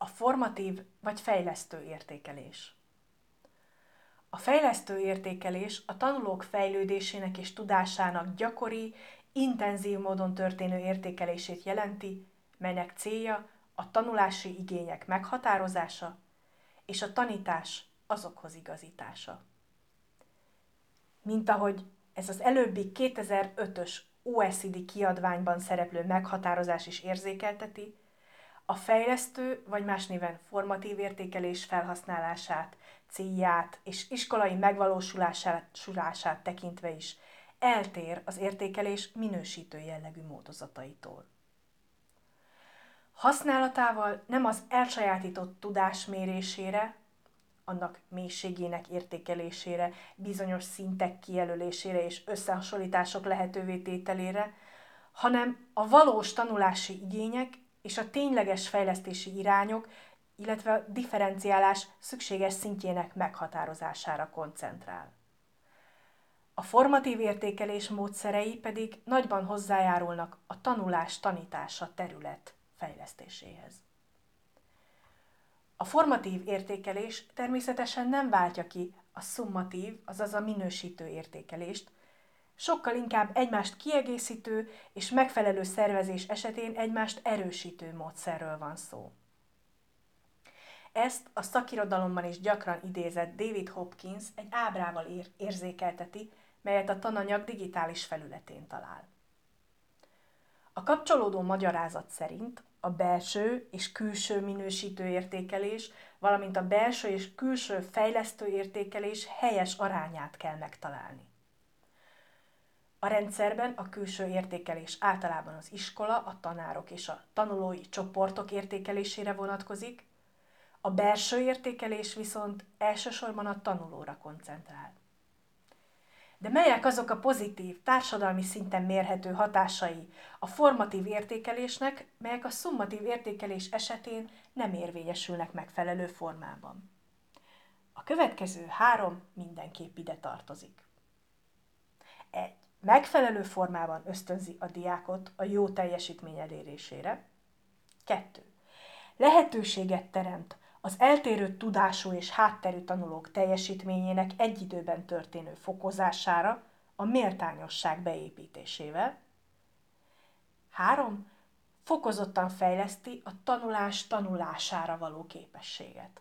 formatív vagy fejlesztő értékelés. A fejlesztő értékelés a tanulók fejlődésének és tudásának gyakori, intenzív módon történő értékelését jelenti, melynek célja a tanulási igények meghatározása és a tanítás azokhoz igazítása. Mint ahogy ez az előbbi 2005-ös OECD kiadványban szereplő meghatározás is érzékelteti, a fejlesztő vagy más néven formatív értékelés felhasználását, célját és iskolai megvalósulását tekintve is eltér az értékelés minősítő jellegű módozataitól. Használatával nem az elsajátított tudás mérésére, annak mélységének értékelésére, bizonyos szintek kijelölésére és összehasonlítások lehetővé tételére, hanem a valós tanulási igények és a tényleges fejlesztési irányok, illetve a differenciálás szükséges szintjének meghatározására koncentrál. A formatív értékelés módszerei pedig nagyban hozzájárulnak a tanulás-tanítása terület fejlesztéséhez. A formatív értékelés természetesen nem váltja ki a szummatív, azaz a minősítő értékelést, sokkal inkább egymást kiegészítő és megfelelő szervezés esetén egymást erősítő módszerről van szó. Ezt a szakirodalomban is gyakran idézett David Hopkins egy ábrával érzékelteti, melyet a tananyag digitális felületén talál. A kapcsolódó magyarázat szerint a belső és külső minősítő értékelés, valamint a belső és külső fejlesztő értékelés helyes arányát kell megtalálni. A rendszerben a külső értékelés általában az iskola, a tanárok és a tanulói csoportok értékelésére vonatkozik, a belső értékelés viszont elsősorban a tanulóra koncentrál. De melyek azok a pozitív, társadalmi szinten mérhető hatásai a formatív értékelésnek, melyek a szummatív értékelés esetén nem érvényesülnek megfelelő formában? A következő 3 mindenképp ide tartozik. 1. Megfelelő formában ösztönzi a diákot a jó teljesítmény elérésére. 2. Lehetőséget teremt az eltérő tudású és hátterű tanulók teljesítményének egy időben történő fokozására a méltányosság beépítésével. 3. Fokozottan fejleszti a tanulás tanulására való képességet.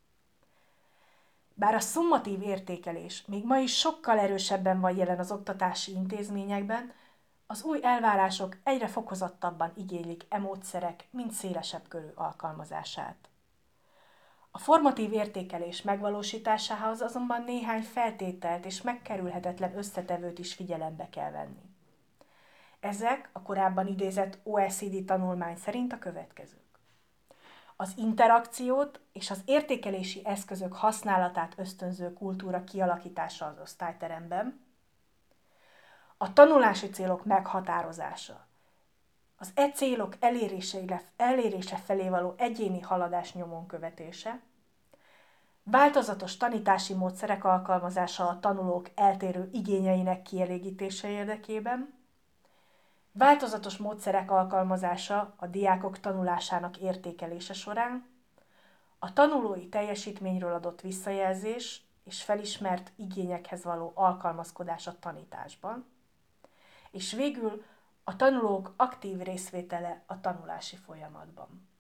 Bár a szummatív értékelés még ma is sokkal erősebben van jelen az oktatási intézményekben, az új elvárások egyre fokozottabban igénylik e módszerek mind szélesebb körű alkalmazását. A formatív értékelés megvalósításához azonban néhány feltételt és megkerülhetetlen összetevőt is figyelembe kell venni. Ezek a korábban idézett OECD tanulmány szerint a következők. Az interakciót és az értékelési eszközök használatát ösztönző kultúra kialakítása az osztályteremben, a tanulási célok meghatározása, az célok elérése felé való egyéni haladás nyomon követése, változatos tanítási módszerek alkalmazása a tanulók eltérő igényeinek kielégítése érdekében, változatos módszerek alkalmazása a diákok tanulásának értékelése során, a tanulói teljesítményről adott visszajelzés és felismert igényekhez való alkalmazkodás a tanításban, és végül a tanulók aktív részvétele a tanulási folyamatban.